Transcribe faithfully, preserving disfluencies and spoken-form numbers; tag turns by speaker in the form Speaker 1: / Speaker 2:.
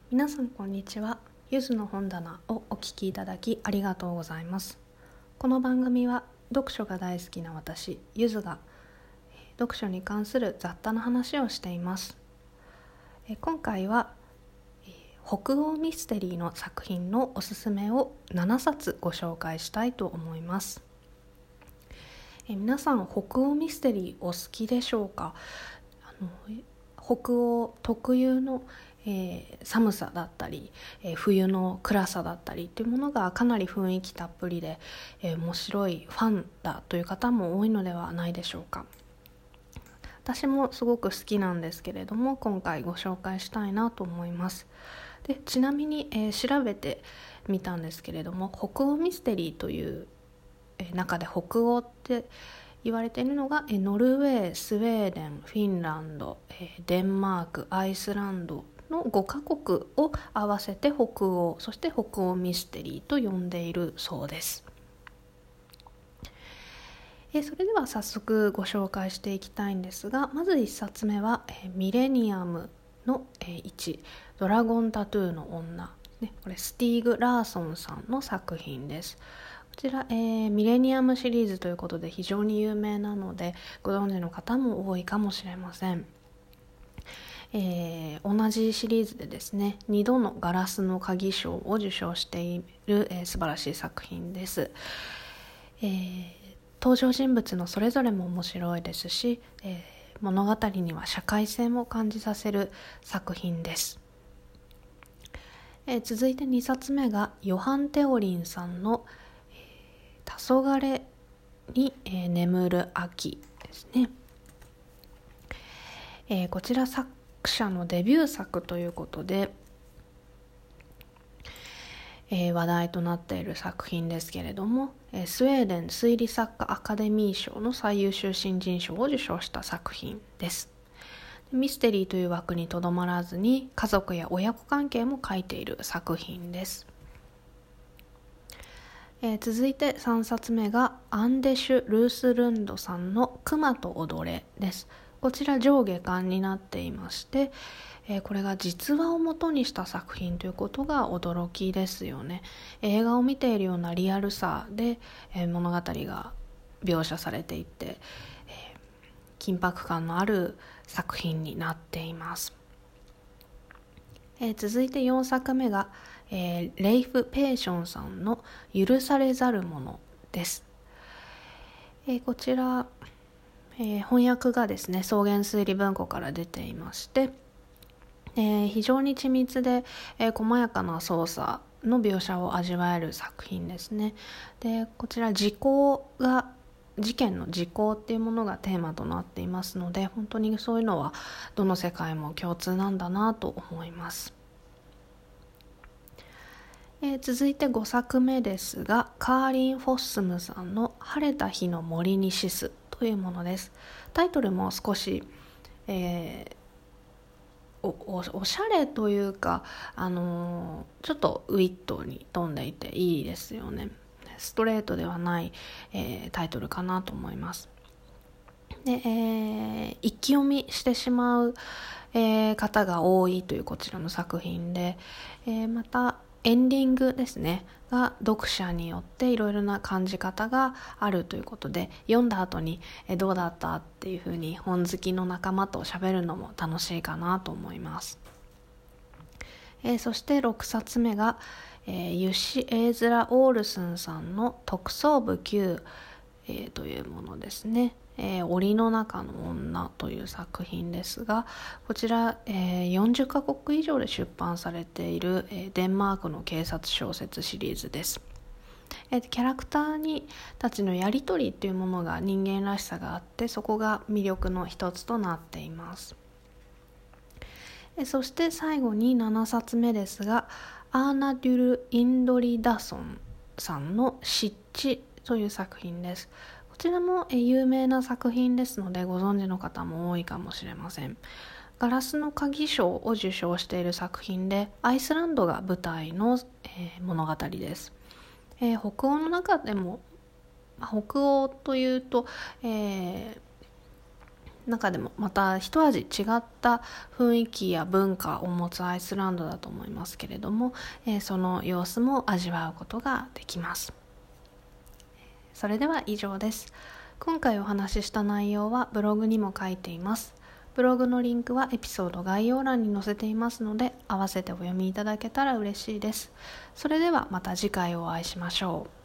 Speaker 1: 皆さんこんにちは。ゆずの本棚をお聞きいただきありがとうございます。この番組は読書が大好きな私ゆずが読書に関する雑多な話をしています。今回は北欧ミステリーの作品のおすすめをななさつご紹介したいと思います。皆さん北欧ミステリーお好きでしょうか？あの北欧特有のえー、寒さだったり、えー、冬の暗さだったりというものがかなり雰囲気たっぷりで、えー、面白いファンだという方も多いのではないでしょうか。私もすごく好きなんですけれども、今回ご紹介したいなと思います。でちなみに、えー、調べてみたんですけれども、北欧ミステリーという、えー、中で北欧って言われているのが、えー、ノルウェー、スウェーデン、フィンランド、えー、デンマーク、アイスランドのごカ国を合わせて北欧、そして北欧ミステリーと呼んでいるそうです。えそれでは早速ご紹介していきたいんですが、まずいっさつめはえミレニアムのいち、ドラゴンタトゥーの女、ね、これスティーグ・ラーソンさんの作品です。こちら、えー、ミレニアムシリーズということで非常に有名なのでご存知の方も多いかもしれません。えー、同じシリーズでですね、にどのガラスの鍵賞を受賞している、えー、素晴らしい作品です。えー、登場人物のそれぞれも面白いですし、えー、物語には社会性も感じさせる作品です。えー、続いてにさつめがヨハン・テオリンさんの、えー、黄昏に、えー、眠る秋ですね。えー、こちら作者のデビュー作ということで、えー、話題となっている作品ですけれども、えー、スウェーデン推理作家アカデミー賞の最優秀新人賞を受賞した作品です。ミステリーという枠にとどまらずに家族や親子関係も書いている作品です。えー、続いてさんさつめがアンデシュ・ルースルンドさんの熊と踊れです。こちら上下巻になっていまして、えー、これが実話をもとにした作品ということが驚きですよね。映画を見ているようなリアルさで、えー、物語が描写されていて、えー、緊迫感のある作品になっています。えー、続いてよんさくめが、えー、レイフ・ペーションさんの許されざるものです。えー、こちらえー、翻訳がですね、草原推理文庫から出ていまして、えー、非常に緻密で、えー、細やかな操作の描写を味わえる作品ですね。で、こちら時効が事件の時効っていうものがテーマとなっていますので、本当にそういうのはどの世界も共通なんだなと思います。えー、続いてごさくめですが、カーリン・フォッスムさんの晴れた日の森に死すというものです。タイトルも少し、えー、お, お, おしゃれというか、あのー、ちょっとウィットに富んでいていいですよね。ストレートではない、えー、タイトルかなと思います。で、えー、一気読みしてしまう、えー、方が多いというこちらの作品で、えー、またエンディングですねが読者によっていろいろな感じ方があるということで、読んだ後にえどうだったっていうふうに本好きの仲間と喋るのも楽しいかなと思います。えー、そしてろくさつめが、えー、ユシ・エーズラ・オールスンさんの特捜部きゅう、えー、というものですね。えー、檻の中の女という作品ですが、こちら、えー、よんじゅっかこく以上で出版されている、えー、デンマークの警察小説シリーズです。えー、キャラクターにたちのやり取りというものが人間らしさがあって、そこが魅力の一つとなっています。えー、そして最後にななさつめですが、アーナデュル・インドリダソンさんの湿地という作品です。こちらも有名な作品ですのでご存知の方も多いかもしれません。ガラスの鍵賞を受賞している作品で、アイスランドが舞台の、えー、物語です。えー、北欧の中でも北欧というと、えー、 中でもまた一味違った雰囲気や文化を持つアイスランドだと思いますけれども、えー、その様子も味わうことができます。それでは以上です。今回お話しした内容はブログにも書いています。ブログのリンクはエピソード概要欄に載せていますので、合わせてお読みいただけたら嬉しいです。それではまた次回お会いしましょう。